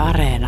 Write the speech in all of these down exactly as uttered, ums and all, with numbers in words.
Areena.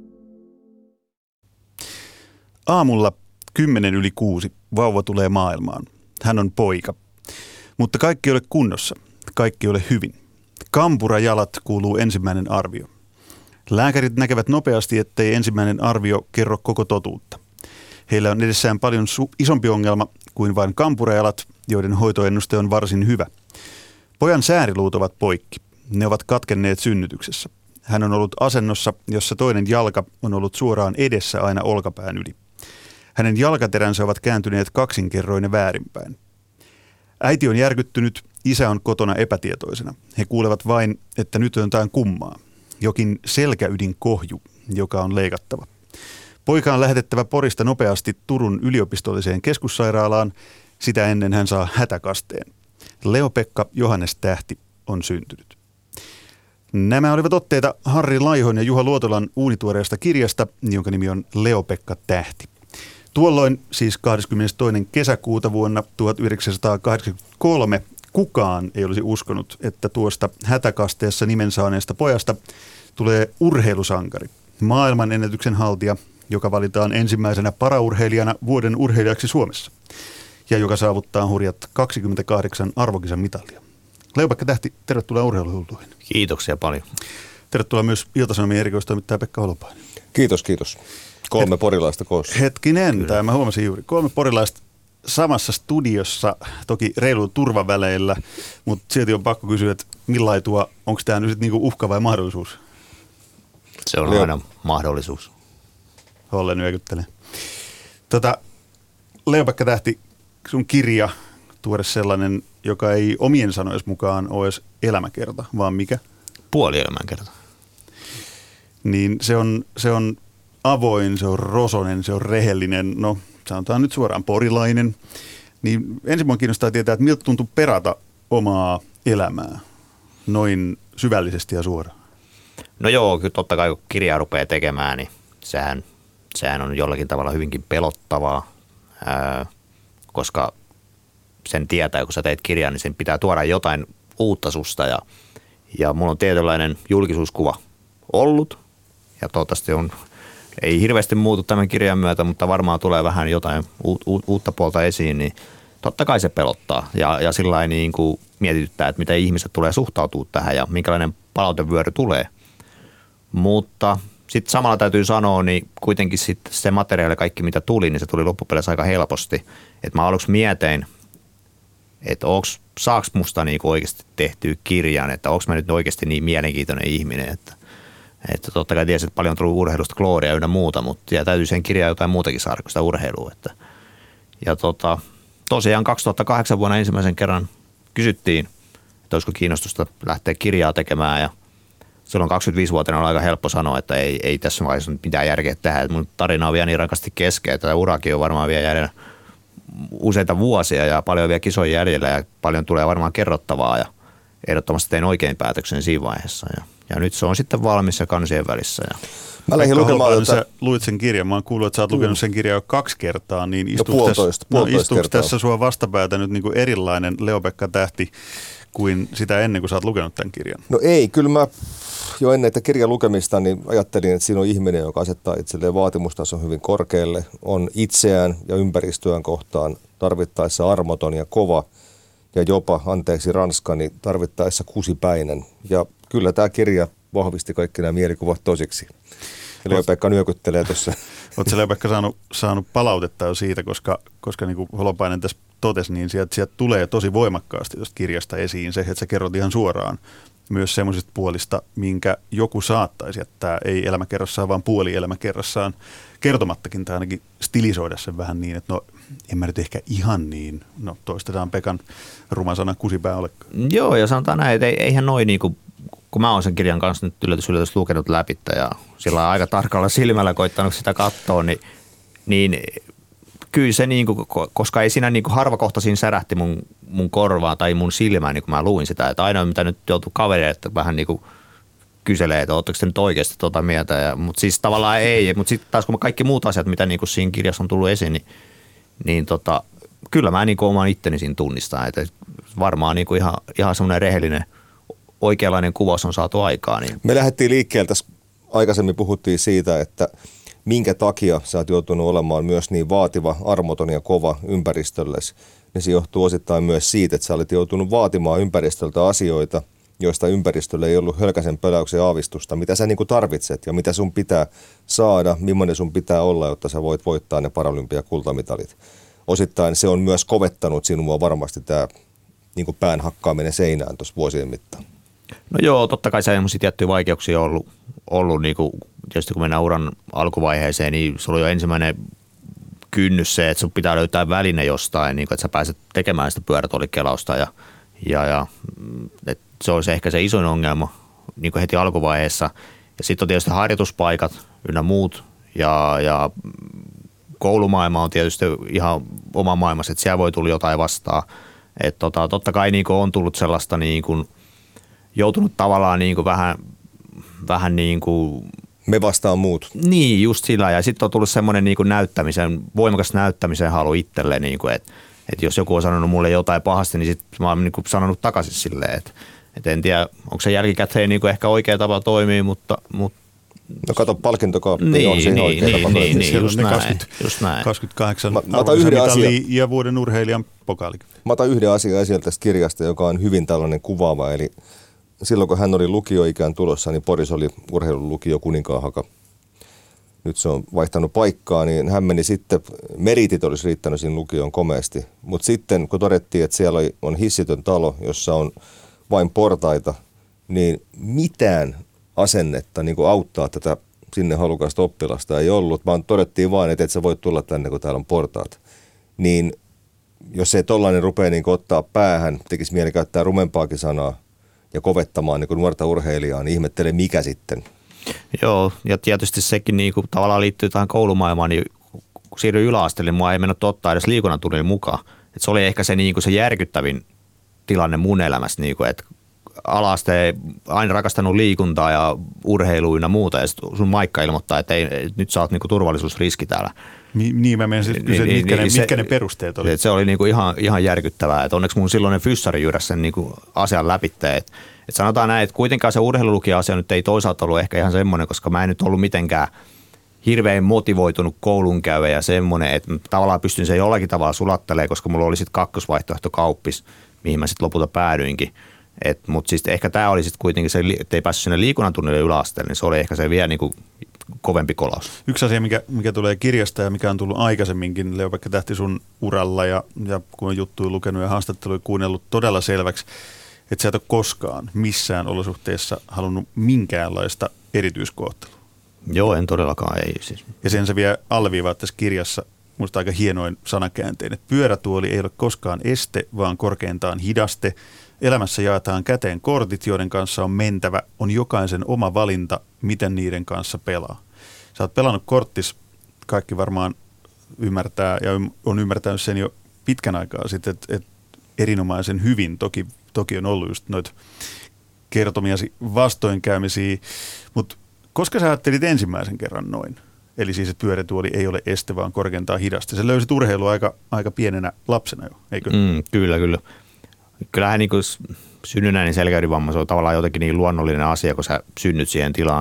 Aamulla kymmenen yli kuusi vauva tulee maailmaan. Hän on poika. Mutta kaikki ei ole kunnossa. Kaikki ei ole hyvin. Kampurajalat kuuluu ensimmäinen arvio. Lääkärit näkevät nopeasti, ettei ensimmäinen arvio kerro koko totuutta. Heillä on edessään paljon su- isompi ongelma kuin vain kampurajalat, joiden hoitoennuste on varsin hyvä. Pojan sääriluut ovat poikki. Ne ovat katkenneet synnytyksessä. Hän on ollut asennossa, jossa toinen jalka on ollut suoraan edessä aina olkapään yli. Hänen jalkateränsä ovat kääntyneet kaksinkerroin ja väärinpäin. Äiti on järkyttynyt, isä on kotona epätietoisena. He kuulevat vain, että nyt on jotain kummaa. Jokin selkäydin kohju, joka on leikattava. Poika on lähetettävä Porista nopeasti Turun yliopistolliseen keskussairaalaan. Sitä ennen hän saa hätäkasteen. Leo-Pekka Johannes Tähti on syntynyt. Nämä olivat otteita Harri Laihon ja Juha Luotolan uunituoreesta kirjasta, jonka nimi on Leo-Pekka Tähti. Tuolloin, siis kahdeskymmenestoinen kesäkuuta vuonna tuhatyhdeksänsataakahdeksankymmentäkolme, kukaan ei olisi uskonut, että tuosta hätäkasteessa nimen saaneesta pojasta tulee urheilusankari, maailmanennätyksen haltija, joka valitaan ensimmäisenä paraurheilijana vuoden urheilijaksi Suomessa ja joka saavuttaa hurjat kaksikymmentäkahdeksan arvokisan mitalia. Leo-Pekka Tähti, tervetuloa Urheiluhulluihin. Kiitoksia paljon. Tervetuloa myös Ilta-Sanomien erikoistoimittaja Pekka Holopainen. Kiitos, kiitos. Kolme Het, porilaista koossa. Hetkinen, tämä mä huomasin juuri. Kolme porilaista samassa studiossa, toki reiluilla turvaväleillä, mutta silti on pakko kysyä, että millainen tuo, onko tämä nyt niinku uhka vai mahdollisuus? Se on Leo. Aina mahdollisuus. Holle nyökyttelee. Tota, Leo-Pekka Tähti, sun kirja, tuore sellainen, joka ei omien sanojen mukaan ole edes elämäkerta, vaan mikä? Puoli elämänkerta. Niin se on, se on avoin, se on rosonen, se on rehellinen, no sanotaan nyt suoraan porilainen. Niin ensin minua kiinnostaa tietää, että miltä tuntuu perata omaa elämää noin syvällisesti ja suoraan. No joo, kyllä totta kai kun kirjaa rupeaa tekemään, niin sehän, sehän on jollakin tavalla hyvinkin pelottavaa, ää, koska sen tietää, kun sä teet kirjaa, niin sen pitää tuoda jotain uutta susta ja, ja mulla on tietynlainen julkisuuskuva ollut ja toivottavasti on, ei hirveästi muutu tämän kirjan myötä, mutta varmaan tulee vähän jotain u, u, uutta puolta esiin, niin totta kai se pelottaa ja, ja sillä lailla niin kuin mietityttää, että miten ihmiset tulee suhtautua tähän ja minkälainen palautevyöry tulee. Mutta sitten samalla täytyy sanoa, niin kuitenkin sit se materiaali, kaikki mitä tuli, niin se tuli loppupeleissä aika helposti. Että mä aluksi mietin, että onks, saaks musta niinku oikeasti tehtyä kirjan, että onks mä nyt oikeasti niin mielenkiintoinen ihminen, että, että totta kai tiesin, että paljon on tullut urheilusta glooria ynnä muuta, mutta ja täytyy sen kirjaan jotain muutakin saada kuin sitä urheilua. Että, ja tota, tosiaan kaksituhattakahdeksan vuonna ensimmäisen kerran kysyttiin, että olisiko kiinnostusta lähteä kirjaa tekemään ja silloin kaksikymmentäviisivuotiaana on aika helppo sanoa, että ei, ei tässä vaiheessa mitään järkeä tehdä. Että mun tarina on vielä niin rankasti kesken, että tämä urakin on varmaan vielä jäljellä useita vuosia ja paljon vielä kisoja jäljellä ja paljon tulee varmaan kerrottavaa ja ehdottomasti tein oikein päätöksen siinä vaiheessa. Ja, ja nyt se on sitten valmis ja kansien välissä. Ja mä lähdin lukemaan, että sä luit sen kirjan. Mä oon kuullut, että sä oot lukenut sen kirjan jo kaksi kertaa, niin istuuko tässä, no, tässä sua vastapäätä nyt niin kuin erilainen Leo-Pekka Tähti kuin sitä ennen kuin sä oot lukenut tämän kirjan? No ei, kyllä mä jo ennen että kirjan lukemista niin ajattelin, että siinä on ihminen, joka asettaa itselleen vaatimustason hyvin korkealle, on itseään ja ympäristöään kohtaan tarvittaessa armoton ja kova ja jopa, anteeksi ranskani, tarvittaessa kusipäinen. Ja kyllä tämä kirja vahvisti kaikki nämä mielikuvat tosiksi. Ja Leo-Pekka nyökyttelee tuossa. Oletko Leo-Pekka saanut, saanut palautetta jo siitä, koska, koska niin kuin Holopainen tässä totesi, niin sieltä, sieltä tulee tosi voimakkaasti tuosta kirjasta esiin se, että sä kerrot ihan suoraan myös semmoisista puolista, minkä joku saattaisi jättää, ei elämäkerrassaan, vaan puoli elämäkerrassaan kertomattakin, tai ainakin stilisoida sen vähän niin, että no en mä nyt ehkä ihan niin, no toistetaan Pekan ruman sana kusipää olekaan. Joo, ja sanotaan näin, että eihän noin niin kuin, kun mä oon sen kirjan kanssa nyt yllätys yllätys lukenut läpi ja sillä aika tarkalla silmällä koittanut sitä katsoa, niin, niin kyllä se, niin kuin, koska ei siinä niin kuin harvakohtaisin särähti mun, mun korvaa tai mun silmään, niin kun mä luin sitä. Että aina mitä nyt joutuu kavereille, että vähän niin kuin kyselee, että ootteko te nyt oikeasti tuota mieltä. Ja, mutta siis tavallaan ei. Mutta sitten taas kun kaikki muut asiat, mitä niin kuin siinä kirjassa on tullut esiin, niin, niin tota, kyllä mä niin kuin oman itteni siinä tunnistan. Että varmaan niin kuin ihan, ihan semmoinen rehellinen, oikeanlainen kuvaus on saatu aikaan. Niin. Me lähdettiin liikkeelle tässä aikaisemmin puhuttiin siitä, että minkä takia sä oot joutunut olemaan myös niin vaativa, armoton ja kova ympäristöllesi, niin se johtuu osittain myös siitä, että sä olet joutunut vaatimaan ympäristöltä asioita, joista ympäristöllä ei ollut hölkäisen pöläyksen aavistusta, mitä sä niin kuin tarvitset ja mitä sun pitää saada, millainen sun pitää olla, jotta sä voit voittaa ne Paralympia-kultamitalit. Osittain se on myös kovettanut sinua varmasti tämä niin kuin pään hakkaaminen seinään tuossa vuosien mittaan. No joo, totta kai sellaisia tiettyjä vaikeuksia on ollut, ollut niin kuin, tietysti kun mennään uran alkuvaiheeseen, niin se oli jo ensimmäinen kynnys se, että sun pitää löytää väline jostain, niin kuin, että sä pääset tekemään sitä pyörätuolikelausta ja, ja, ja että se olisi ehkä se isoin ongelma niin kuin heti alkuvaiheessa. Ja sitten on tietysti harjoituspaikat ynnä muut ja, ja koulumaailma on tietysti ihan oma maailmassa, että siellä voi tulla jotain vastaan. Että tota, totta kai niin kuin on tullut sellaista niin kuin, joutunut tavallaan niin kuin vähän, vähän niin kuin... Me vastaan muut. Niin, just sillä. Ja sitten on tullut semmoinen niin kuin näyttämisen, voimakas näyttämisen halu itselleen, niin kuin, että, että jos joku on sanonut mulle jotain pahasti, niin sitten mä oon niin kuin sanonut takaisin silleen, että, että en tiedä, onko se jälkikäteen niin kuin ehkä oikea tapa toimia, mutta... mutta no kato, palkintokaappi niin, on siinä niin, oikea niin, tapa. Niin, niin, just, näin, kaksikymmentä, just näin. kaksikymmentäkahdeksan mä, mä otan yhden asian. Ja vuoden urheilijan pokaali. Mä otan yhden asian esille tästä kirjasta, joka on hyvin tällainen kuvaava, eli silloin kun hän oli lukioikään tulossa, niin Porissa oli urheilulukio Kuninkaanhaka. Nyt se on vaihtanut paikkaa, niin hän meni sitten, meritit olisi riittänyt siinä lukioon komeasti. Mutta sitten kun todettiin, että siellä on hissitön talo, jossa on vain portaita, niin mitään asennetta niin kuin auttaa tätä sinne halukasta oppilasta ei ollut, vaan todettiin vain, että et sä voit tulla tänne, kun täällä on portaat. Niin jos ei tollainen rupea niin kuin ottaa päähän, tekisi mieli käyttää rumempaakin sanaa, ja kovettamaan niin kuin nuorta urheilijaa, niin ihmettele mikä sitten. Joo, ja tietysti sekin niin kuin, tavallaan liittyy tähän koulumaailmaan, niin kun siirryin yläasteelle, niin mua ei mennyt ottaa edes liikunnan tunnille mukaan. Et se oli ehkä se, niin kuin, se järkyttävin tilanne mun elämässä, niin kuin, että ala-aste aina rakastanut liikuntaa ja urheiluja ja muuta, ja sun maikka ilmoittaa, että ei, nyt sä oot niin kuin turvallisuusriski täällä. Niin, mä menisin kysyä, niin, mitkä, niin, ne, se, mitkä ne perusteet oli. Se oli niinku ihan, ihan järkyttävää. Et onneksi mun silloinen fyssari jyräsi sen niinku asian läpitte. Et, et sanotaan näin, että kuitenkaan se urheilulukija-asia nyt ei toisaalta ollut ehkä ihan semmoinen, koska mä en nyt ollut mitenkään hirveän motivoitunut koulun käyvä ja semmoinen, että tavallaan pystyn sen jollakin tavalla sulattelemaan, koska mulla oli sitten kakkosvaihtoehto kauppis, mihin mä sitten lopulta päädyinkin. Mutta siis ehkä tämä oli sitten kuitenkin se, että ei päässyt sinne liikunnan tunnille yläasteelle, niin se oli ehkä se vielä niinku kovempi kolaus. Yksi asia, mikä, mikä tulee kirjasta ja mikä on tullut aikaisemminkin, Leo-Pekka Tähti sun uralla ja, ja kun on juttuja lukenut ja haastatteluja kuunnellut todella selväksi, että sä et ole koskaan missään olosuhteessa halunnut minkäänlaista erityiskohtelua. Joo, en todellakaan, ei siis. Ja sen se vielä alleviivaa tässä kirjassa, musta aika hienoin sanakääntein, että pyörätuoli ei ole koskaan este, vaan korkeintaan hidaste. Elämässä jaetaan käteen kortit, joiden kanssa on mentävä. On jokaisen oma valinta, miten niiden kanssa pelaa. Sä oot pelannut korttis, kaikki varmaan ymmärtää ja on ymmärtänyt sen jo pitkän aikaa sitten, että, että erinomaisen hyvin. Toki, toki on ollut just noita kertomiasi vastoinkäymisiä, mutta koska sä ajattelit ensimmäisen kerran noin, eli siis, että pyörätuoli ei ole este, vaan korkeintaan hidaste. Sä löysit urheilua aika, aika pienenä lapsena jo, eikö? Mm, kyllä, kyllä. Kyllähän niin synnynnäinen selkäydinvamma, se on tavallaan jotenkin niin luonnollinen asia, kun sä synnyt siihen tilaan.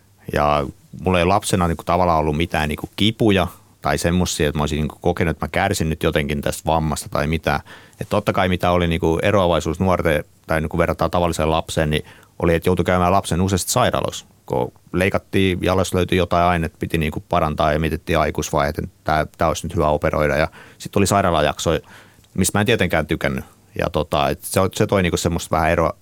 Ja mulla ei lapsena niin kuin tavallaan ollut mitään niin kuin kipuja tai semmoisia, että mä olisin niin kuin kokenut, että mä kärsin nyt jotenkin tästä vammasta tai mitään. Että totta kai mitä oli niin kuin eroavaisuus nuorten tai niin kuin verrataan tavalliseen lapseen, niin oli, että joutui käymään lapsen useasti sairaaloissa. Kun leikattiin ja jos löytyi jotain ainetta, piti niin kuin parantaa ja mietittiin aikuisvaiheet, että tämä, tämä olisi nyt hyvä operoida. Ja sitten tuli sairaalajakso, mistä mä en tietenkään tykännyt. Ja tota, se, se toi niinku semmoista vähän eroa,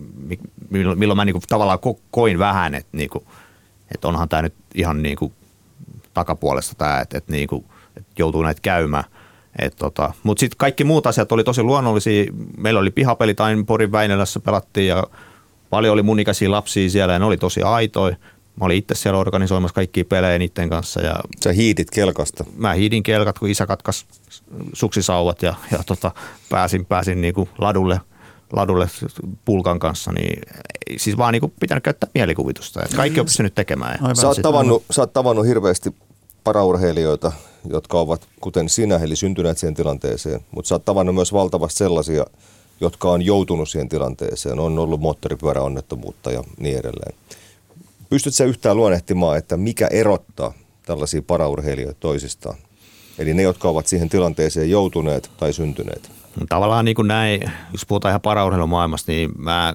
milloin mä niinku tavallaan ko, koin vähän, että niinku, et onhan tämä nyt ihan niinku takapuolesta tämä, että et niinku, et joutuu näitä käymään. Tota, mutta sitten kaikki muut asiat oli tosi luonnollisia. Meillä oli pihapelit aina Porin Väinölässä pelattiin ja paljon oli mun ikäisiä lapsia siellä ja ne oli tosi aitoja. Mä olin itse siellä organisoimassa kaikkia pelejä niiden kanssa. Ja sä hiidit kelkasta? Mä hiidin kelkat, kun isä katkas suksisauvat ja, ja tota, pääsin, pääsin niinku ladulle, ladulle pulkan kanssa. Niin, siis vaan niinku pitänyt käyttää mielikuvitusta. Et kaikki on pystynyt tekemään. Sä oot, tavannut, sä oot tavannut hirveästi paraurheilijoita, jotka ovat kuten sinä, eli syntyneet siihen tilanteeseen. Mutta sä oot tavannut myös valtavasti sellaisia, jotka on joutunut siihen tilanteeseen. On ollut moottoripyöräonnettomuutta ja niin edelleen. Pystytkö sä yhtään luonnehtimaan, että mikä erottaa tällaisia paraurheilijoita toisistaan? Eli ne, jotka ovat siihen tilanteeseen joutuneet tai syntyneet. Tavallaan niin kuin näin, jos puhutaan ihan paraurheilumaailmasta, niin mä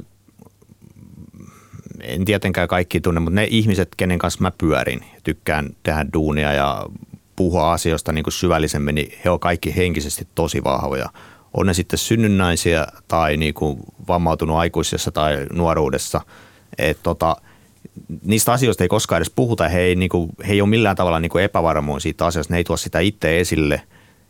en tietenkään kaikki tunne, mutta ne ihmiset, kenen kanssa mä pyörin, tykkään tehdä duunia ja puhua asioista niin kuin syvällisemmin, niin he ovat kaikki henkisesti tosi vahvoja. On ne sitten synnynnäisiä tai niin kuin vammautunut aikuisessa tai nuoruudessa. Et tota, niistä asioista ei koskaan edes puhuta. He ei, niin kuin, he ei ole millään tavalla niin kuin epävarmoja siitä asiasta. Ne ei tuo sitä itse esille.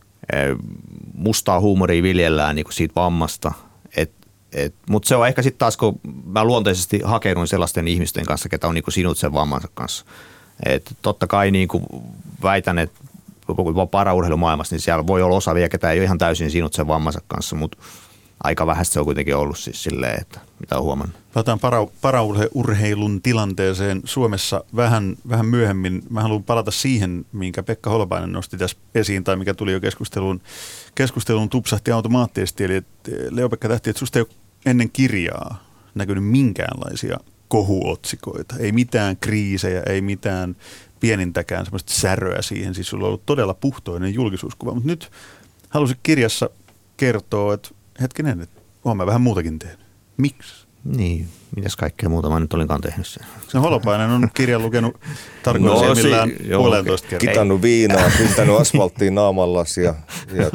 Mustaa huumoria viljellään niin kuin siitä vammasta. Mutta se on ehkä sitten taas, kun mä luonteisesti hakeudun sellaisten ihmisten kanssa, ketä on niin kuin sinut sen vammansa kanssa. Et totta kai niin kuin väitän, että paraurheilumaailmassa, niin siellä voi olla osa vielä, ketä ei ole ihan täysin sinut sen vammansa kanssa, mutta aika vähäistä se on kuitenkin ollut siis silleen, että mitä on huomannut. Palataan para, paraurheilun tilanteeseen Suomessa vähän, vähän myöhemmin. Mä haluan palata siihen, minkä Pekka Holopainen nosti tässä esiin, tai mikä tuli jo keskusteluun, keskusteluun tupsahti automaattisesti. Eli että Leo-Pekka Tähti, että susta ei ole ennen kirjaa näkynyt minkäänlaisia kohuotsikoita. Ei mitään kriisejä, ei mitään pienintäkään semmoista säröä siihen. Siis sulla on ollut todella puhtoinen julkisuuskuva, mutta nyt halusin kirjassa kertoa, että hetkinen, että olen mä vähän muutakin tehnyt. Miksi? Niin, mitäs kaikkea muuta mä nyt olinkaan tehnyt sen. Se Holopainen on kirjan lukenut tarkoin millään no, puolentoista kertaa. Kitannut viinaa, pyntänyt asfalttiin naamallas ja, ja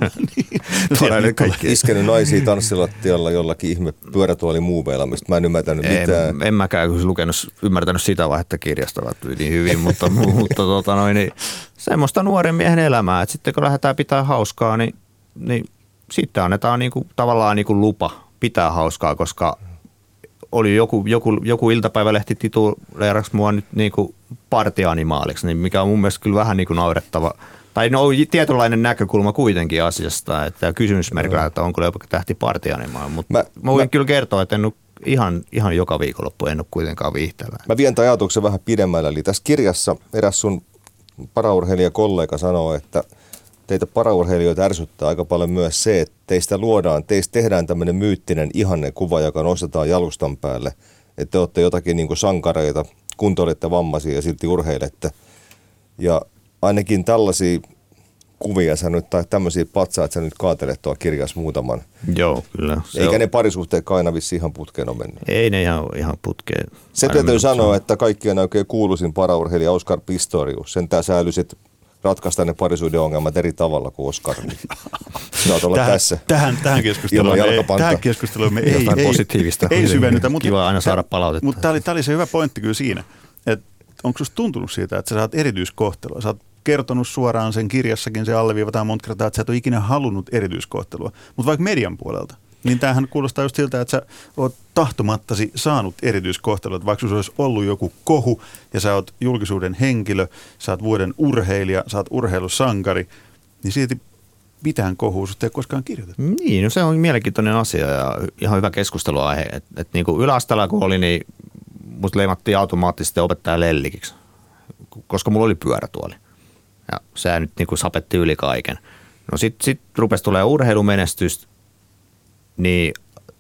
niin, iskenyt naisia tanssilattialla jollakin ihme pyörätuolimuuveilla, mistä mä en ymmärtänyt en, mitään. En mäkään lukenut, ymmärtänyt sitä vaihetta kirjasta niin hyvin, mutta, mutta tota noin, niin, semmoista nuoren miehen elämää, että sitten kun lähdetään pitää hauskaa, niin, niin sitten annetaan niinku, tavallaan niinku lupa pitää hauskaa, koska oli joku, joku, joku iltapäivälehti tituleeraksi mua nyt niinku partianimaaliksi, niin mikä on mun mielestä kyllä vähän niinku naurettava. Tai no tietynlainen näkökulma kuitenkin asiasta, että kysymysmerkillä, että onko Leo-Pekka Tähti partianimaali. Mutta mä, mä voin mä, kyllä kertoa, että en ole ihan, ihan joka viikonloppu en ole kuitenkaan viihteellä. Mä vien tämän ajatuksen vähän pidemmällä. Eli tässä kirjassa eräs sun paraurheilijakollega sanoo, että teitä paraurheilijoita ärsyttää aika paljon myös se, että teistä luodaan, teistä tehdään tämmöinen myyttinen ihannekuva, joka nostetaan jalustan päälle. Että te olette jotakin niin kuin sankareita, kun te olette vammaisia ja silti urheilette. Ja ainakin tällaisia kuvia sä nyt, tai tämmöisiä patsaat sä nyt kaatelet tuolla kirjassa muutaman. Joo, kyllä. Eikä on. Ne parisuhteet aina vissiin ihan putkeen ole mennyt. Ei ne ihan, ihan putkeen. Se täytyy sanoa, että kaikkien oikein kuuluisin paraurheilija Oskar Pistorius. Sentään sä älysit ratkaista ne parisuuden ongelmat eri tavalla kuin Oskar. Saat olla tähän, tässä. Tähän, tähän keskusteluun ei, tähän keskusteluun me ei, ei, positiivista. ei syvennytä. Mutta, kiva aina saada palautetta. Mutta tämä oli, oli se hyvä pointti kyllä siinä, että onko sinusta tuntunut siitä, että sä saat erityiskohtelua? Sä oot kertonut suoraan sen kirjassakin, se alleviivataan monta kertaa, että sä et ole ikinä halunnut erityiskohtelua. Mutta vaikka median puolelta, niin tämähän kuulostaa just siltä, että sä oot tahtomattasi saanut erityiskohtelua. Että vaikka sinulla olisi ollut joku kohu ja sä oot julkisuuden henkilö, sä oot vuoden urheilija, sä oot urheilusankari, niin silti mitään kohua susta ei koskaan kirjoitettu. Niin, no se on mielenkiintoinen asia ja ihan hyvä keskusteluaihe. Että et niin kuin yläasteella kun oli, niin mut leimattiin automaattisesti opettaja lellikiksi, koska mulla oli pyörätuoli. Ja se nyt niin kuin sapetti yli kaiken. No sitten sit rupesi tulee urheilumenestystä, niin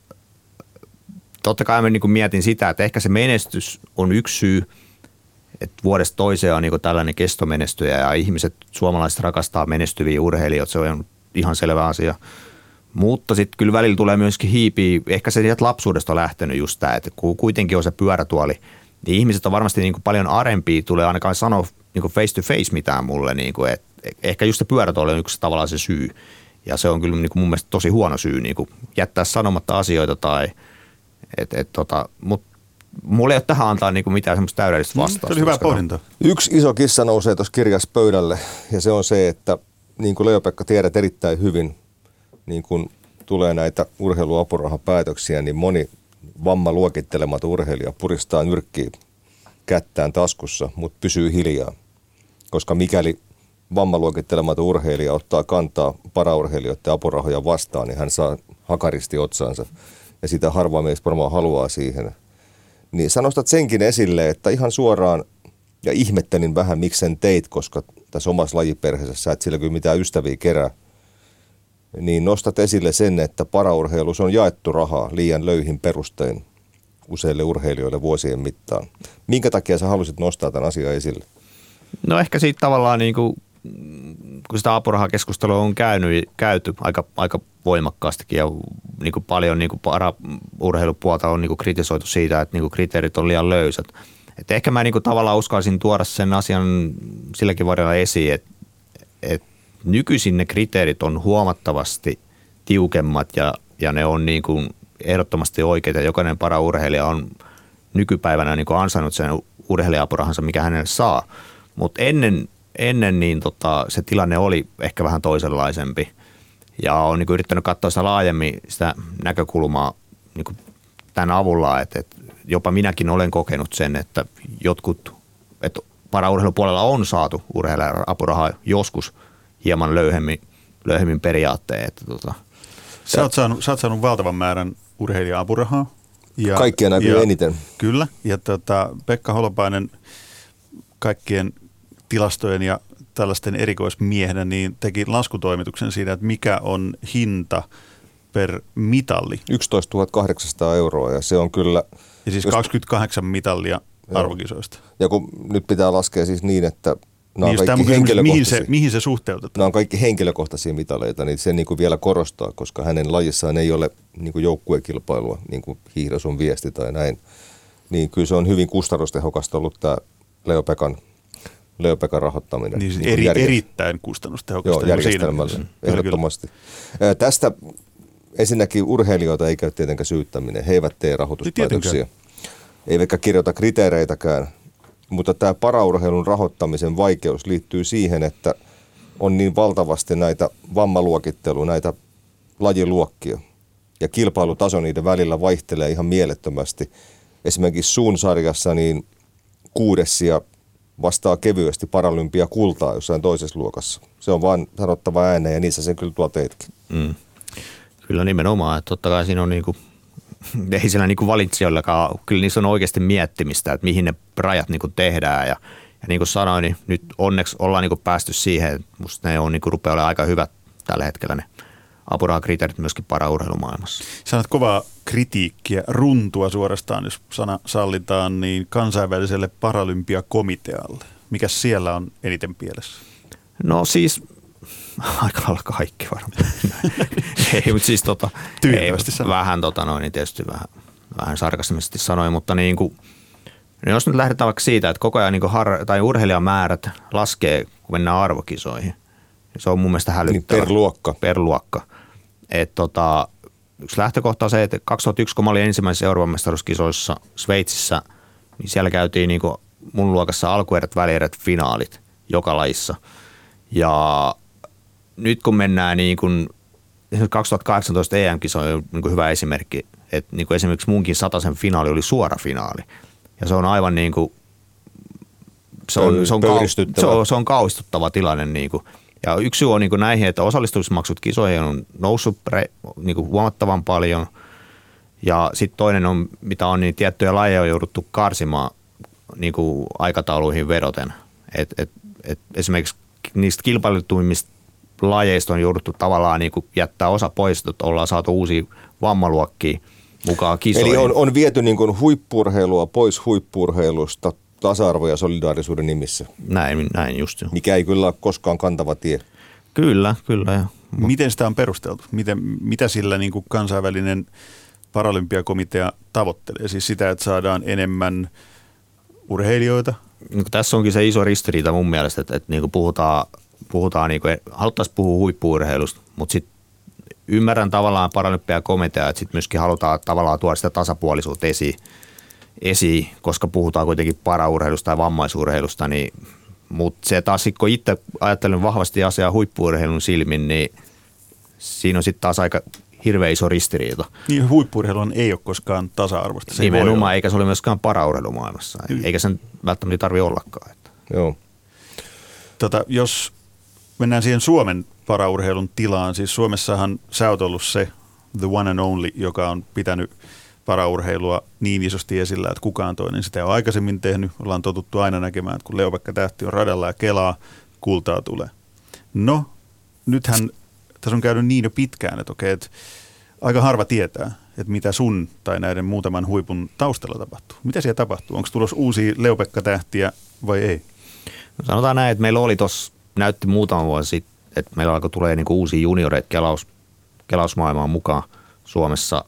totta kai mä niin kuin mietin sitä, että ehkä se menestys on yksi syy, että vuodesta toiseen on niin kuin tällainen kestomenestyjä ja ihmiset, suomalaiset rakastaa menestyviä urheilijoita, se on ihan selvä asia. Mutta sitten kyllä välillä tulee myöskin hiipiä, ehkä se sieltä lapsuudesta on lähtenyt just tämä, että kun kuitenkin on se pyörätuoli, niin ihmiset on varmasti niin kuin paljon arempia, tulee ainakaan sanoa niin kuin face to face mitään mulle, niin kuin, että ehkä just se pyörätuoli on yksi tavallaan se syy. Ja se on kyllä niin kuin mun mielestä tosi huono syy niin kuin jättää sanomatta asioita tai, et, et, tota, mutta mulla ei ole tähän antaa niin kuin mitään semmoista täydellistä vastausta. Se oli hyvä pohdinta. Yksi iso kissa nousee tuossa kirjassa pöydälle ja se on se, että niin kuin Leo-Pekka tiedät erittäin hyvin, niin kun tulee näitä urheiluapurahapäätöksiä, niin moni vammaluokittelematon urheilija puristaa nyrkkiä kättään taskussa, mutta pysyy hiljaa. Koska mikäli vammaluokittelematon urheilija ottaa kantaa paraurheilijoiden apurahoja vastaan, niin hän saa hakaristi otsaansa. Ja sitä harva meistä varmaan haluaa siihen. Niin sä nostat senkin esille, että ihan suoraan, ja ihmettelin vähän, miksi sen teit, koska tässä omassa lajiperheessä sä et sillä kyllä mitään ystäviä kerää. Niin nostat esille sen, että paraurheilussa on jaettu rahaa liian löyhin perustein useille urheilijoille vuosien mittaan. Minkä takia sä halusit nostaa tämän asian esille? No ehkä siitä tavallaan, niin kuin, kun sitä apurahakeskustelua on käynyt, käyty aika, aika voimakkaastikin ja niin kuin paljon niin kuin paraurheilupuolta on niin kuin kritisoitu siitä, että niin kuin kriteerit on liian löysät. Et ehkä mä niin kuin tavallaan uskallisin tuoda sen asian silläkin varrella esiin, että, että nykyisin ne kriteerit on huomattavasti tiukemmat ja, ja ne on niin kuin ehdottomasti oikeita. Jokainen paraurheilija on nykypäivänä niin kuin ansainnut sen urheilija-apurahansa, mikä hänelle saa. Mutta ennen, ennen niin tota, se tilanne oli ehkä vähän toisenlaisempi ja olen niin kuin yrittänyt katsoa sitä laajemmin sitä näkökulmaa niin kuin tämän avulla, että, että jopa minäkin olen kokenut sen, että jotkut, että paraurheilupuolella on saatu urheilija-apurahaa joskus hieman löyhemmin, löyhemmin periaatteen. Että tota, sä, oot saanut, sä oot saanut valtavan määrän urheilija-apurahaa. Ja, Kaikkia näkyy ja, eniten. Kyllä, ja tota, Pekka Holopainen kaikkien tilastojen ja tällaisten erikoismiehenä niin teki laskutoimituksen siitä, että mikä on hinta per mitalli. yksitoistatuhatta kahdeksansataa euroa ja se on kyllä... Ja siis kaksikymmentäkahdeksan mitallia arvokisoista. Ja kun nyt pitää laskea siis niin, että nämä niin on kaikki henkilökohtaisia. Mihin se, mihin se suhteutetaan? Nämä on kaikki henkilökohtaisia mitaleita, niin se niin kuin vielä korostaa, koska hänen lajissaan ei ole niin kuin joukkuekilpailua, niin kuin hiihdos on viesti tai näin. Niin kyllä se on hyvin kustannustehokasta ollut tämä Leo Pekan, Leo Pekan rahoittaminen. Niin, niin eri, järjest... erittäin kustannustehokasta. Joo, järjestelmällinen, ehdottomasti. Kyllä. Tästä ensinnäkin urheilijoita ei käy tietenkään syyttäminen. He eivät tee rahoituspäätöksiä. Eivätkä kirjoita kriteereitäkään. Mutta tämä paraurheilun rahoittamisen vaikeus liittyy siihen, että on niin valtavasti näitä vammaluokittelua, näitä lajiluokkia. Ja kilpailutaso niiden välillä vaihtelee ihan mielettömästi. Esimerkiksi suunsarjassa niin kuudessia vastaa kevyesti paralympiakultaa jossain toisessa luokassa. Se on vaan sanottava ääneen ja niissä sen kyllä tuo teitkin. Mm. Kyllä nimenomaan, että totta kai siinä on niinku, ei siellä niinku valitsijoillakaan, kyllä niissä on oikeasti miettimistä, että mihin ne rajat niinku tehdään ja, ja niin kuin sanoin, niin nyt onneksi ollaan niinku päästy siihen, että musta ne on niinku rupeaa olemaan aika hyvät tällä hetkellä ne apurahakriteerit myöskin paraurheilumaailmassa. Sanat kovaa kritiikkiä, runtua suorastaan, jos sana sallitaan, niin kansainväliselle paralympiakomitealle. Mikäs siellä on eniten pielessä? No siis aika lailla kaikki varmaan. Ei, mutta siis tota, ei, vähän tota noin, niin tietysti vähän, vähän sarkastisesti sanoin, mutta niin kuin, jos nyt lähdetään vaikka siitä, että koko ajan niin kuin har, tai urheilijamäärät laskee, kun mennään arvokisoihin, se on mun mielestä hälyttävä. Niin per luokka. Per luokka. Et tota, yksi lähtökohta on se, että kaksituhattayksi, kun mä olin ensimmäisessä Euroopan mestaruuskisoissa Sveitsissä, niin siellä käytiin niin kuin mun luokassa alkuerät, välierät, finaalit joka lajissa. Ja nyt kun mennään niin kuin, kaksituhattakahdeksantoista E M-kisoja on niin kuin hyvä esimerkki, että niin kuin esimerkiksi munkin satasen finaali oli suora finaali. Ja se on aivan niin kuin, se on, se on, kau- se on, se on kauhistuttava tilanne. Niin kuin. Ja yksi syy on niin kuin näihin, että osallistumismaksut kisoihin on noussut pre, niin kuin huomattavan paljon. Ja sitten toinen on, mitä on, niin tiettyjä lajeja on jouduttu karsimaan niin kuin aikatauluihin vedoten. Et, et, et esimerkiksi niistä kilpailutuimmista lajeista on jouduttu tavallaan niin kuin jättää osa pois, että ollaan saatu uusia vammaluokkia mukaan kisoihin. Eli on, on viety niin kuin huippu-urheilua pois huippu-urheilusta tasa-arvo- ja solidaarisuuden nimissä. Näin, näin just. Mikä ei kyllä ole koskaan kantava tie. Kyllä, kyllä. Ja. Miten sitä on perusteltu? Miten, mitä sillä niin kuin kansainvälinen paralympiakomitea tavoittelee? Siis sitä, että saadaan enemmän urheilijoita? No, tässä onkin se iso ristiriita mun mielestä, että, että niin kuin puhutaan, puhutaan niin kuin, haluttaisiin puhua huippu-urheilusta, mutta sitten ymmärrän tavallaan paralympiakomitea, että sitten myöskin halutaan tavallaan tuoda sitä tasapuolisuutta esiin, esiin koska puhutaan kuitenkin paraurheilusta ja vammaisurheilusta, niin, mutta se taas kun itse ajattelen vahvasti asiaa huippu-urheilun silmin, niin siinä on sitten taas aika hirveä iso ristiriita. Niin huippu-urheilun ei ole koskaan tasa-arvoista. Se nimenomaan, eikä se ole myöskään paraurheilumaailmassa, eikä sen välttämättä tarvitse ollakaan. Että. Joo. Tota, jos mennään siihen Suomen paraurheilun tilaan, siis Suomessahan sä oot ollut se the one and only, joka on pitänyt paraurheilua niin isosti esillä, että kukaan toinen sitä ei ole aikaisemmin tehnyt. Ollaan totuttu aina näkemään, että kun Leo-Pekka Tähti on radalla ja kelaa, kultaa tulee. No, nythän tässä on käynyt niin jo pitkään, että okei, että aika harva tietää, että mitä sun tai näiden muutaman huipun taustalla tapahtuu? Mitä siellä tapahtuu? Onko tulossa uusia Leopekka-tähtiä vai ei? No sanotaan näin, että meillä oli tuossa, näytti muutama vuosi sitten, että meillä alkoi tulee niinku uusia junioreita kelaus, kelausmaailmaan mukaan Suomessa.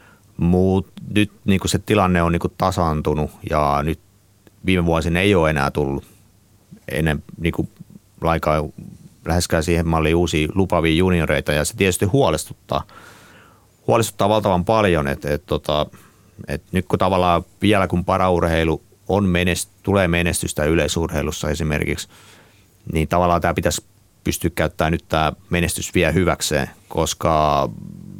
Mutta nyt niinku se tilanne on niinku tasaantunut ja nyt viime vuosina ei ole enää tullut ennen niinku laikaa läheskään siihen malliin uusia lupavia junioreita ja se tietysti huolestuttaa. Huolestuttaa valtavan paljon, että et, tota, et nyt kun tavallaan vielä kun paraurheilu on menest, tulee menestystä yleisurheilussa esimerkiksi, niin tavallaan tämä pitäisi pystyä käyttämään nyt tämä menestys vielä hyväkseen, koska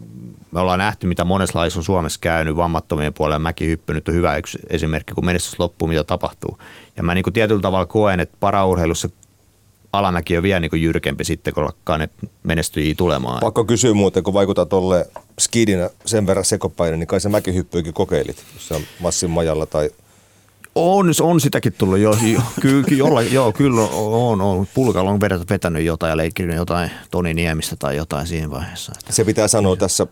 me ollaan nähty, mitä monessa lajissa on Suomessa käynyt, vammattomien puolella mäkihyppy nyt on hyvä yksi esimerkki, kun menestys loppuu, mitä tapahtuu. Ja mä niin kuin tietyllä tavalla koen, että paraurheilussa alamäki on vielä niin kuin jyrkempi sitten, kun alkaa ne menestyjiä tulemaan. Pakko kysyä muuten, kun vaikutat tolle skidinä sen verran sekopäinen, niin kai se mäkihyppyykin kokeilit, jos se on Massin Majalla tai... On, on sitäkin tullut jo. Ky, ky, jolla, joo, kyllä on, on. Pulkalla on vetänyt jotain ja leikkinyt jotain Toni Niemistä tai jotain siinä vaiheessa. Se pitää sanoa tässä,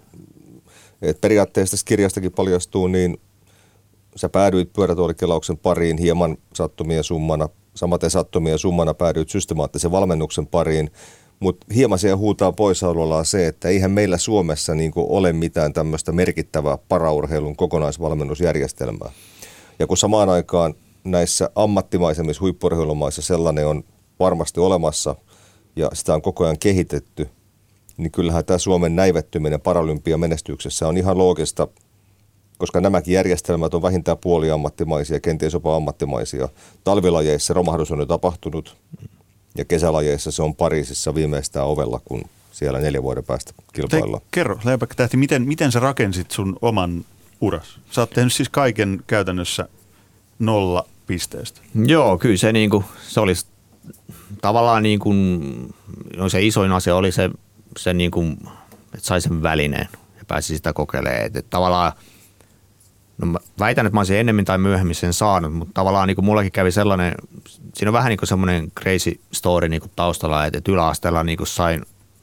että periaatteessa tästä kirjastakin paljastuu, niin sä päädyit pyörätuolikelauksen pariin hieman sattumien summana, samaten sattumien summana päädyit systemaattisen valmennuksen pariin, mutta hieman siihen huutaa poissaolollaan se, että eihän meillä Suomessa niin kuin ole mitään tämmöistä merkittävää paraurheilun kokonaisvalmennusjärjestelmää. Ja kun samaan aikaan näissä ammattimaisemmissa huippu-urheilumaissa sellainen on varmasti olemassa ja sitä on koko ajan kehitetty, niin kyllähän tämä Suomen näivettyminen paralympiamenestyksessä on ihan loogista, koska nämäkin järjestelmät on vähintään puoliammattimaisia, kenties jopa ammattimaisia. Talvilajeissa romahdus on jo tapahtunut ja kesälajeissa se on Pariisissa viimeistään ovella, kun siellä neljän vuoden päästä kilpaillaan. Kerro, Leopekka-tähti, miten, miten sä rakensit sun oman uras? Sä oot tehnyt siis kaiken käytännössä nolla pisteestä. Joo, kyllä se, niinku, se olisi tavallaan niin kuin, no se isoin asia oli se, se niin kuin, että sai sen välineen ja pääsi sitä kokeilemaan. Että, että tavallaan, no mä väitän, että mä olisin ennemmin tai myöhemmin sen saanut, mutta tavallaan niin kuin mullakin kävi sellainen, siinä on vähän niin kuin semmoinen crazy story niin kuin taustalla, että, että yläasteella niin kuin sain,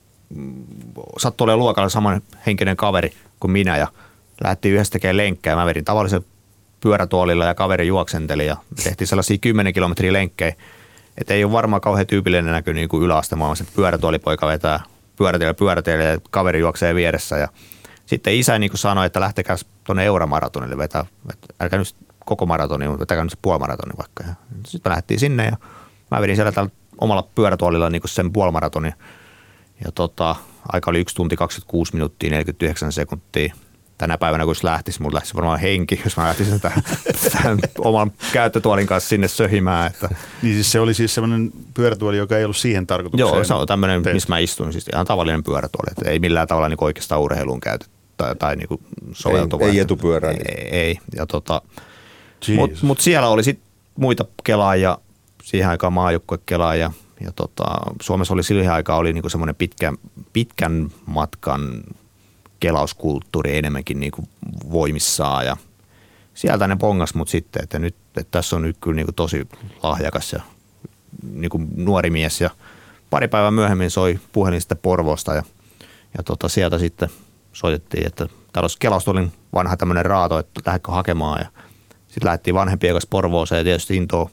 sattui olemaan luokalla saman henkinen kaveri kuin minä ja lähdettiin yhdessä tekemään lenkkejä. Mä vedin tavallisen pyörätuolilla ja kaveri juoksenteli ja tehtiin sellaisia kymmenen kilometriä lenkkejä. Että ei ole varmaan kauhean tyypillinen näky niin kuin yläastemaailmassa, että pyörätuolipoika vetää pyörätielle pyörätielle ja kaveri juoksee vieressä. Ja sitten isä niin kuin sanoi, että lähtekää tuonne Euramaratonille vetää, että älkää nyt koko maratoni, mutta vetäkää nyt se puolimaratoni vaikka. Ja sitten me lähdettiin sinne ja mä vedin siellä tällä omalla pyörätuolilla niin kuin sen puolimaratonin. Ja tota, aika oli yksi tunti kaksikymmentäkuusi minuuttia neljäkymmentäyhdeksän sekuntia. Tänä päivänä, kun se lähtisi, mulla lähtisi varmaan henki, jos mä lähtisin tähän, tähän oman käyttötuolin kanssa sinne söhimään. Että. Niin siis se oli siis semmoinen pyörätuoli, joka ei ollut siihen tarkoitukseen. Joo, se on tämmöinen, missä mä istun, siis ihan tavallinen pyörätuoli. Että ei millään tavalla niin oikeastaan urheiluun käytetty tai, tai niin soveltuva. Ei, ei etupyörää. Niin. Ei, ei. Ja tota, mutta mut siellä oli sitten muita kelaajia, siihen aikaan maajoukkuekelaajia. Ja tota, Suomessa oli siihen aikaan oli niin semmoinen pitkä, pitkän matkan kelauskulttuuri enemmänkin niin kuin voimissaan ja sieltä ne pongas mut sitten, että nyt että tässä on nyt kyllä niin kuin tosi lahjakas ja niin kuin nuori mies ja pari päivää myöhemmin soi puhelin sitten Porvoosta ja, ja tota sieltä sitten soitettiin, että täällä olisi kelaustolin vanha tämmöinen raato, että lähdekö hakemaan ja sitten lähdettiin vanhempien kanssa Porvooseen ja tietysti intoa,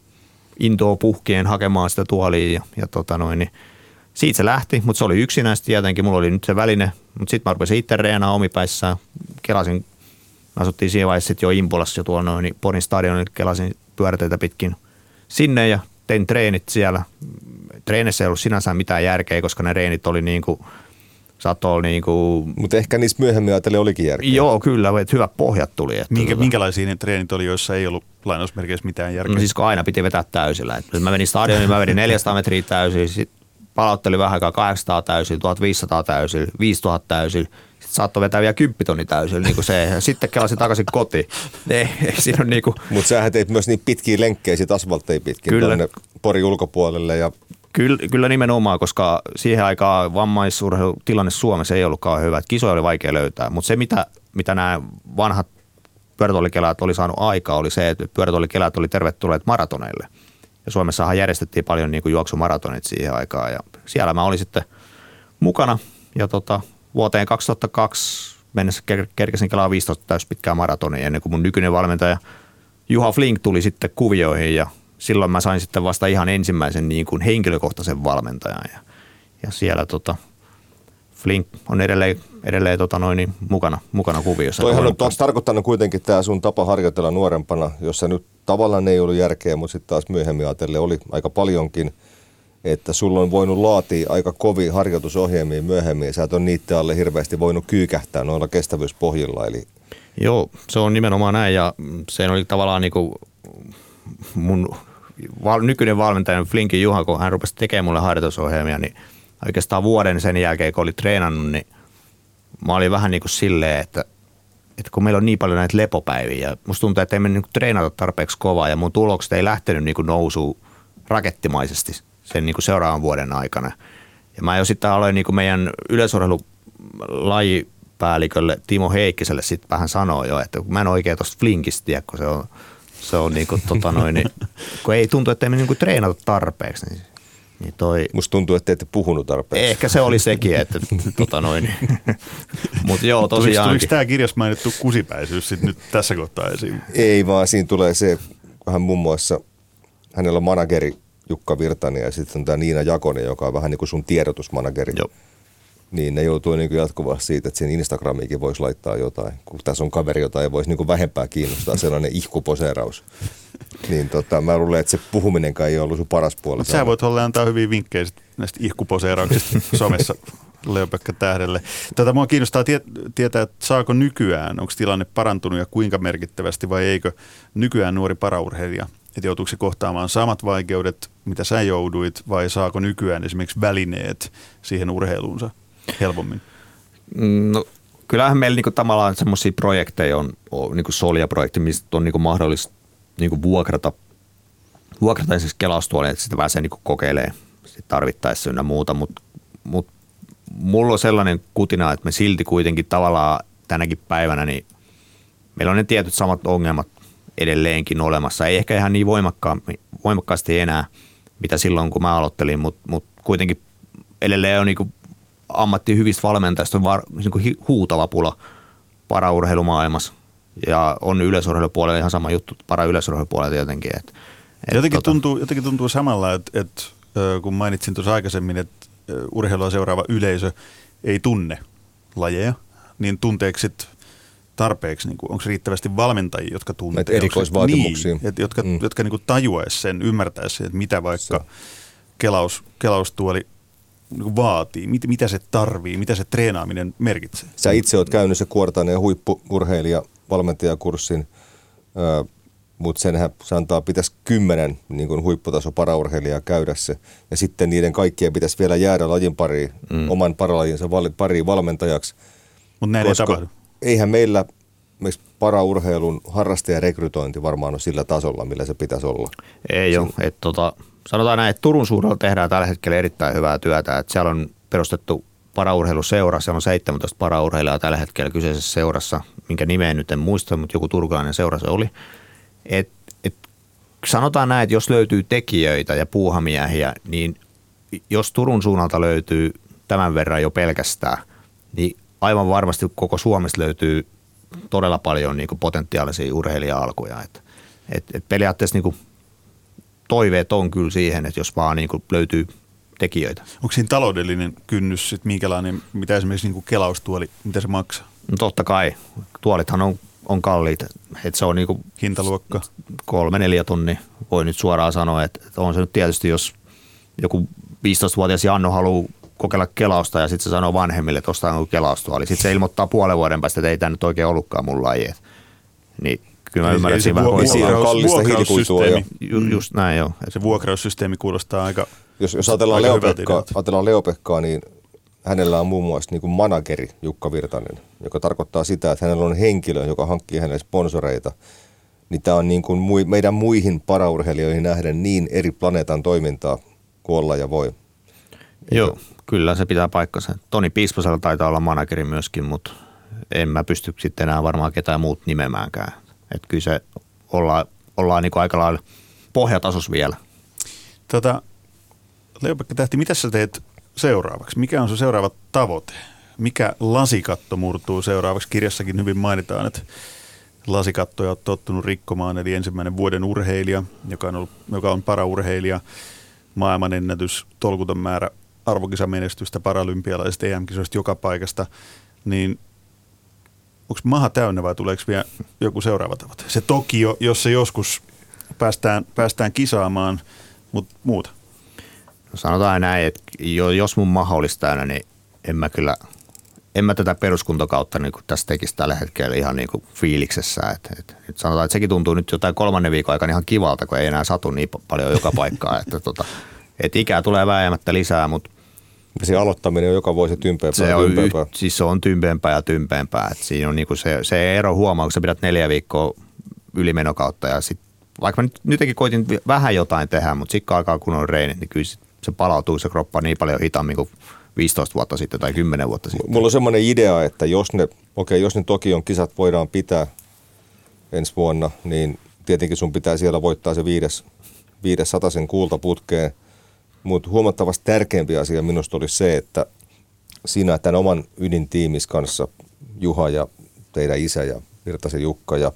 intoa puhkien hakemaan sitä tuolia ja, ja tota noin, niin siitä se lähti, mutta se oli yksinäistä tietenkin, mulla oli nyt se väline, mutta sitten mä rupesin itse reenaa omipäissään, kelasin, me asuttiin siinä vaiheessa jo Impulassa jo tuolla noin, niin Porin stadionilla kelasin pyöräteitä pitkin sinne ja tein treenit siellä. Treenissä ei ollut sinänsä mitään järkeä, koska ne treenit oli niin kuin, saattoi olla niin kuin... Mutta ehkä niistä myöhemmin ajatellen olikin järkeä. Joo, kyllä, että hyvät pohjat tuli. Että Minkä, tota... Minkälaisia ne treenit oli, joissa ei ollut lainausmerkeissä mitään järkeä? No siis kun aina piti vetää täysillä. Et mä menin stadioniin, mä vedin neljäsataa metriä täysin, sitten palautteli vähän aikaa kahdeksansataa täysillä, tuhatviisisataa täysillä, viisituhatta täysillä. Sitten saattoi vetää vielä kymppitonni täysillä, niin kuin se. Ja sitten kelasin takaisin kotiin. Ei, ei siinä on niin kuin... Mutta sähän teit myös niin pitkiä lenkkejä sit asfaltteja pitkin tuonne Porin ulkopuolelle. Ja... Kyllä, kyllä nimenomaan, koska siihen aikaan vammaisurheilutilanne Suomessa ei ollutkaan hyvä. Kisoja oli vaikea löytää, mutta se mitä, mitä nämä vanhat pyörätuolikelaat oli saanut aikaa oli se, että pyörätuolikelaat oli tervetulleet maratoneille. Ja Suomessahan järjestettiin paljon niin kuin juoksumaratonit siihen aikaan ja siellä mä olin sitten mukana ja tota, vuoteen kaksituhattakaksi mennessä kerkesin kelaa viisitoista täyspitkää maratonia ennen kuin mun nykyinen valmentaja Juha Flink tuli sitten kuvioihin ja silloin mä sain sitten vasta ihan ensimmäisen niin kuin henkilökohtaisen valmentajan ja, ja siellä tota, Flink on edelleen, edelleen tota noin, niin mukana, mukana kuviossa. Toihan on taas tarkoittanut kuitenkin tämä sun tapa harjoitella nuorempana, jossa nyt tavallaan ei ollut järkeä, mutta sitten taas myöhemmin ajatellen oli aika paljonkin, että sulla on voinut laatia aika kovia harjoitusohjelmia myöhemmin ja sä et ole niiden alle hirveästi voinut kyykähtää noilla kestävyyspohjilla. Eli... Joo, se on nimenomaan näin ja se oli tavallaan niin kuin mun val- nykyinen valmentaja Flinkin Juha, kun hän rupesi tekemään mulle harjoitusohjelmia, niin oikeastaan vuoden sen jälkeen, kun oli treenannut, niin mä olin vähän niin kuin silleen, että, että kun meillä on niin paljon näitä lepopäiviä ja musta tuntuu, että ei me niin kuin treenata tarpeeksi kovaa ja mun tulokset ei lähtenyt niin kuin nousuun rakettimaisesti sen niin kuin seuraavan vuoden aikana. Ja mä jo sitten aloin niin kuin meidän yleisurheilulajipäällikölle Timo Heikkiselle sitten vähän sanoa jo, että mä en oikein tuosta Flinkistä tiedä, kun se on, se on niin kuin, tota noin, niin, kun ei tuntu, että ei me niin kuin treenata tarpeeksi, niin Niin toi, musta tuntuu, että ette puhunut tarpeeksi. Ehkä se oli sekin, että tota noin. Mutta joo, tosiaan. Tuliko tämä kirjassa mainittu kusipäisyys sit nyt tässä kohtaa esiin? Ei, vaan siinä tulee se, vähän muun muassa, hänellä on manageri Jukka Virtanen ja sitten on tämä Niina Jakonen, joka on vähän niin kuin sun tiedotusmanageri. Joo. Niin ne joutuu niin kuin jatkuvasti siitä, että siinä Instagramiinkin voisi laittaa jotain. Kun tässä on kaveri, jota ei voisi niin kuin vähempää kiinnostaa, sellainen ihkuposeeraus. Niin tota, mä luulen, että se puhuminenkaan ei ollut sun paras puoli. Sä voit olla antaa hyviä vinkkejä näistä ihkuposeerauksista somessa Leo-Pekka Tähdelle. Tätä mua kiinnostaa tie- tietää, että saako nykyään, onko tilanne parantunut ja kuinka merkittävästi vai eikö nykyään nuori paraurheilija, että joutuuko se kohtaamaan samat vaikeudet, mitä sä jouduit, vai saako nykyään esimerkiksi välineet siihen urheiluunsa helpommin? No, kyllähän meillä niinku tavallaan semmoisia projekteja on, on niinku Solia-projekti, mistä on niinku mahdollista niinku vuokrata, vuokrata esimerkiksi kelaustuolia, että sitä pääsee niinku kokeilemaan sit tarvittaessa ynnä muuta, mutta mut, mulla on sellainen kutina, että me silti kuitenkin tavallaan tänäkin päivänä, niin meillä on ne tietyt samat ongelmat edelleenkin olemassa. Ei ehkä ihan niin voimakkaasti enää, mitä silloin kun mä aloittelin, mutta mut kuitenkin edelleen on niinku ammatti hyvistä valmentajista on var, niinku huutava pula paraurheilumaailmassa. Ja on yleisurheilupuolella ihan sama juttu, para-yleisurheilupuolella tietenkin. Et, et jotenkin, tota... tuntuu, jotenkin tuntuu samalla, että, että kun mainitsin tuossa aikaisemmin, että urheilua seuraava yleisö ei tunne lajeja, niin tunteeko sitten tarpeeksi, niin kuin, onko riittävästi valmentajia, jotka tuntee? Näitä erikoisvaatimuksia. Niin, että, jotka, mm. jotka niin kuin tajuaisi sen, ymmärtäisi sen, että mitä vaikka kelaus, kelaustuoli niin kuin vaatii, mit, mitä se tarvii, mitä se treenaaminen merkitsee. Sä itse oot käynyt se Kuortaneen huippu-urheilija valmentajakurssin, äh, mutta senhän se antaa, pitäisi kymmenen niin kuin huipputaso paraurheilijaa käydä se. Ja sitten niiden kaikkien pitäisi vielä jäädä lajin pariin, mm. oman paralajinsa val, pariin valmentajaksi. Mutta näin ei tapahdu. Eihän meillä paraurheilun harrastajarekrytointi varmaan on sillä tasolla, millä se pitäisi olla. Ei ole. Et, tota, sanotaan näin, että Turun suunnalla tehdään tällä hetkellä erittäin hyvää työtä. Et siellä on perustettu paraurheiluseura, siellä on seitsemäntoista paraurheilijaa tällä hetkellä kyseisessä seurassa, minkä nimeä nyt en muista, mutta joku turkulainen seura se oli. Et, et, sanotaan näin, että jos löytyy tekijöitä ja puuhamiehiä, niin jos Turun suunnalta löytyy tämän verran jo pelkästään, niin aivan varmasti koko Suomesta löytyy todella paljon niin kuin potentiaalisia urheilija-alkuja. Et, et, et periaatteessa niin kuin toiveet on kyllä siihen, että jos vaan niin kuin löytyy tekijöitä. Onko siinä taloudellinen kynnys sitten minkälainen, mitä esimerkiksi niin kuin kelaustuoli, mitä se maksaa? No totta kai. Tuolithan on, on kalliita. Että se on niin kuin hintaluokka? Kolme, neljä tonni. Voi nyt suoraan sanoa, että on se nyt tietysti, jos joku viisitoistavuotias Janno haluaa kokeilla kelausta ja sitten se sanoo vanhemmille, että ostaa kelaustuoli. Sitten se ilmoittaa puolen vuoden päästä, että ei tämä nyt oikein ollutkaan mun laji. Niin kyllä mä ymmärrän, että siinä vähän on kallista hiilikuitua. Ju, just näin joo. Se vuokraussysteemi kuulostaa aika Jos, jos ajatellaan, Leo-Pekkaa, ajatellaan Leo-Pekkaa, niin hänellä on muun muassa niin kuin manageri Jukka Virtanen, joka tarkoittaa sitä, että hänellä on henkilö, joka hankkii hänelle sponsoreita. Niin tämä on niin kuin mui, meidän muihin paraurheilijoihin nähden niin eri planeetan toimintaa kuin olla ja voi. Joo, Eikä... kyllä se pitää paikkansa. Toni Piispasella taitaa olla manageri myöskin, mutta en mä pysty sitten enää varmaan ketään muut nimemäänkään. Että kyllä se ollaan, ollaan niin kuin aika lailla pohjatasossa vielä. Tota, Leo-Pekka Tähti, mitä sä teet seuraavaksi? Mikä on se seuraava tavoite? Mikä lasikatto murtuu seuraavaksi? Kirjassakin hyvin mainitaan, että lasikattoja on tottunut rikkomaan, eli ensimmäinen vuoden urheilija, joka on, ollut, joka on paraurheilija, maailmanennätys, tolkuton määrä arvokisamenestystä paralympialaisista E M-kisoista joka paikasta, niin onko maha täynnä vai tuleeko vielä joku seuraava tavoite? Se Tokio, jos se joskus päästään, päästään kisaamaan, mutta muuta. No sanotaan näin, että jos mun maha olisi täynnä, niin en mä kyllä, en mä tätä peruskuntokautta niin tässä tekisi tällä hetkellä ihan niin kuin fiiliksessä. Et, et, et sanotaan, että sekin tuntuu nyt jotain kolmannen viikon aikana ihan kivalta, kun ei enää satu niin paljon joka paikkaan. Että tota, et ikää tulee vääjäämättä lisää, mutta se aloittaminen on joka vuosi tympeämpää se ja on, tympeämpää. Siis se on tympeämpää ja tympeämpää. Et siinä on niinku se, se ero huomaa, kun sä pidät neljä viikkoa ylimenokautta ja sit, vaikka mä nyt, nytkin koitin vähän jotain tehdä, mutta sitten kun alkaa kunnon reenit, niin kyllä sit se palautuu se kroppa niin paljon hitaammin kuin viisitoista vuotta sitten tai kymmenen vuotta sitten. Mulla on semmoinen idea, että jos ne, okei, jos ne Tokion kisat voidaan pitää ensi vuonna, niin tietenkin sun pitää siellä voittaa se viides, viides sataisen kultaputkeen. Mutta huomattavasti tärkeämpi asia minusta olisi se, että sinä tämän oman ydintiimis kanssa, Juha ja teidän isä ja Virtasen Jukka ja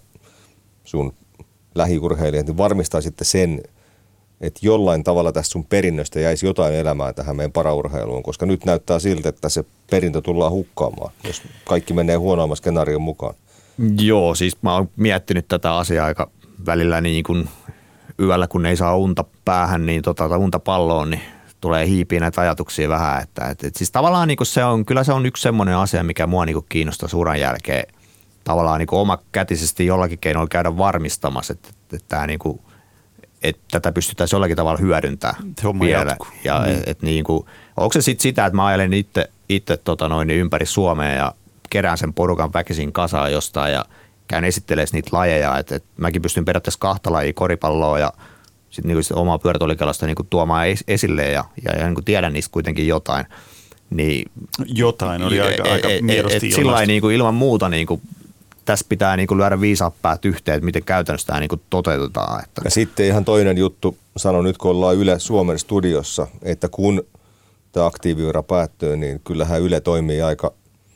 sun lähiurheilijat, niin varmistaisitte sen, että jollain tavalla tästä sun perinnöstä jäisi jotain elämää tähän meidän paraurheiluun, koska nyt näyttää siltä, että se perintö tullaan hukkaamaan, jos kaikki menee huonoimman skenaarion mukaan. Joo, siis mä oon miettinyt tätä asiaa aika välillä niin kuin yöllä, kun ei saa unta päähän, niin tota, tai unta palloon, niin tulee hiipiä näitä ajatuksia vähän. Että, et, et siis tavallaan niin kuin se on, kyllä se on yksi semmoinen asia, mikä mua niin kuin kiinnostaa uran jälkeen. Tavallaan niin kuin omakätisesti jollakin keinoilla käydä varmistamassa, että, että, että, niin kuin, että tätä pystyttäisiin jollakin tavalla hyödyntämään vielä. Ja, mm. et, et, niin kuin, onko se sitten sitä, että mä ajelen itse, itse tota noin, niin ympäri Suomea ja kerään sen porukan väkisin kasaan jostain ja käyn esittelemään niitä lajeja, että et mäkin pystyn periaatteessa kahta lajia, koripalloa ja sitten niinku sit omaa pyörätuolikelasta niinku tuomaan es, esille ja, ja, ja niinku tiedän niistä kuitenkin jotain. Niin, jotain oli aika, aika miedosti ilmasta. Sillä lailla niinku ilman muuta niinku, tässä pitää niinku lyödä viisaat päät yhteen, että miten käytännössä tämä niinku toteutetaan. Että. Ja sitten ihan toinen juttu, sanon nyt kun ollaan Yle Suomen studiossa, että kun tämä aktiiviura päättyy, niin kyllähän Yle toimii aika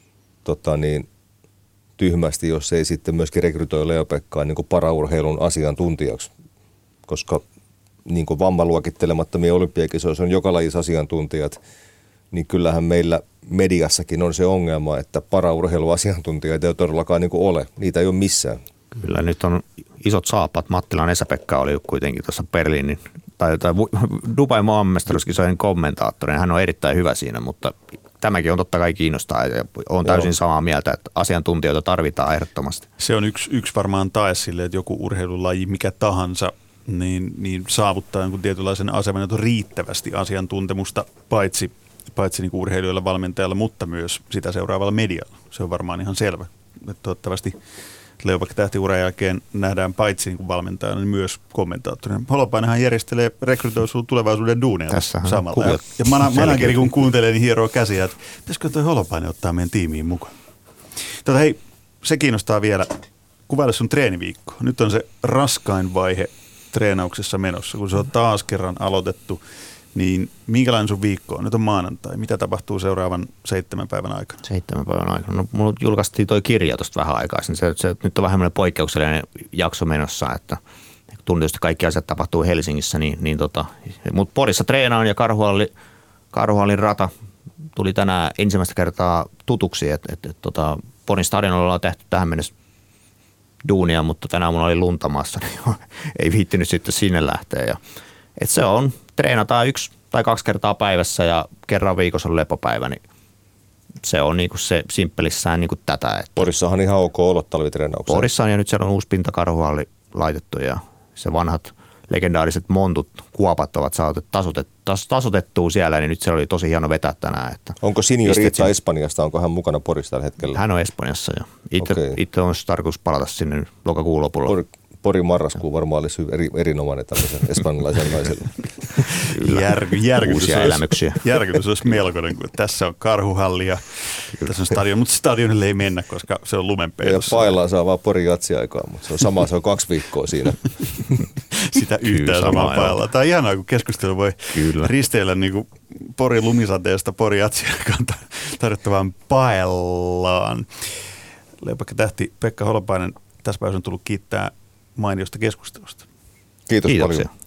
tota niin, tyhmästi, jos ei sitten myöskin rekrytoi Leo-Pekkaa niin kuin paraurheilun asiantuntijaksi, koska niin kuin vammaluokittelemattomia olympiakisoissa on joka lajissa asiantuntijat, niin kyllähän meillä mediassakin on se ongelma, että paraurheiluasiantuntijoita ei todellakaan niin kuin ole. Niitä ei ole missään. Kyllä nyt on isot saappat. Mattilan Esa-Pekka oli kuitenkin tuossa Berliinin tai, tai Dubai maailmanmestaruuskisojen kommentaattori. Hän on erittäin hyvä siinä, mutta tämäkin on totta kai kiinnostaa ja olen täysin samaa mieltä, että asiantuntijoita tarvitaan ehdottomasti. Se on yksi, yksi varmaan tae sille, että joku urheilulaji, mikä tahansa, niin, niin saavuttaa jonkun tietynlaisen aseman, että on riittävästi asiantuntemusta paitsi, paitsi niin kuin urheilijoilla, valmentajalla, mutta myös sitä seuraavalla medialla. Se on varmaan ihan selvä. Että toivottavasti Leo-Pekka tähtiuran jälkeen nähdään paitsi niin kuin valmentajana, niin myös kommentaattorina. Holopainenhan järjestelee, rekrytoi tulevaisuuden duunia samalla. Ja, ja mana- manageri kun kuuntelee, niin hieroo käsiä, että pitäisikö toi Holopainen ottaa meidän tiimiin mukaan. Tota, hei, se kiinnostaa vielä. Kuvaile sun treeniviikko. Nyt on se raskain vaihe treenauksessa menossa, kun se on taas kerran aloitettu. Niin minkälainen sun viikko on? Nyt on maanantai. Mitä tapahtuu seuraavan seitsemän päivän aikana? Seitsemän päivän aikana. No, mulla julkaistiin toi kirja tuosta vähän aikaa. Se, se, nyt on vähän semmoinen poikkeuksellinen jakso menossa, että tuntuu, kaikki asiat tapahtuu Helsingissä. Niin, niin tota, mutta Porissa treenaan ja Karhuhalli, Karhuhallin rata tuli tänään ensimmäistä kertaa tutuksi. Et, et, et, tota, Porin stadionilla ollaan tehty tähän mennessä duunia, mutta tänään mulla oli luntamassa, niin ei viittinyt sitten sinne lähteä. Ja, et se on, treenataan yksi tai kaksi kertaa päivässä ja kerran viikossa on lepopäivä, niin se on niinku se simppelissään niinku tätä. Että Porissahan ihan ok olla talvitreenaukseen. Porissa on ja nyt siellä on uusi pintakarhuhalli laitettu ja se vanhat legendaariset montut, kuopat ovat saatu tasoitettu, tasoitettua siellä, niin nyt se oli tosi hieno vetää tänään. Että onko Sinjorita Espanjasta, onko hän mukana Porissa tällä hetkellä? Hän on Espanjassa ja itse, okay. itse on tarkoitus palata sinne lokakuun lopulla. Por, Porin marraskuu varmaan olisi eri, erinomainen tämmöisen espanjalaisen naiselle. Järky, järkytys, uusia olisi, elämyksiä. Järkytys olisi melkoinen, kun tässä on karhuhalli ja tässä on stadion, mutta stadionille ei mennä, koska se on lumenpeitossa. Ja paillaan saa vaan Porin jatsi-aikaa, mutta se on sama, se on kaksi viikkoa siinä. Sitä yhtään samaa paillaan. Tämä on ihanaa, kun keskustelu voi Kyllä. risteillä niin kuin Porin lumisateesta Pori Atsiakaan tarjottavaan paellaan. Leipakka tähti Pekka Holopainen, tässä päivässä on tullut kiittää mainiosta keskustelusta. Kiitos Kiitoksia. paljon.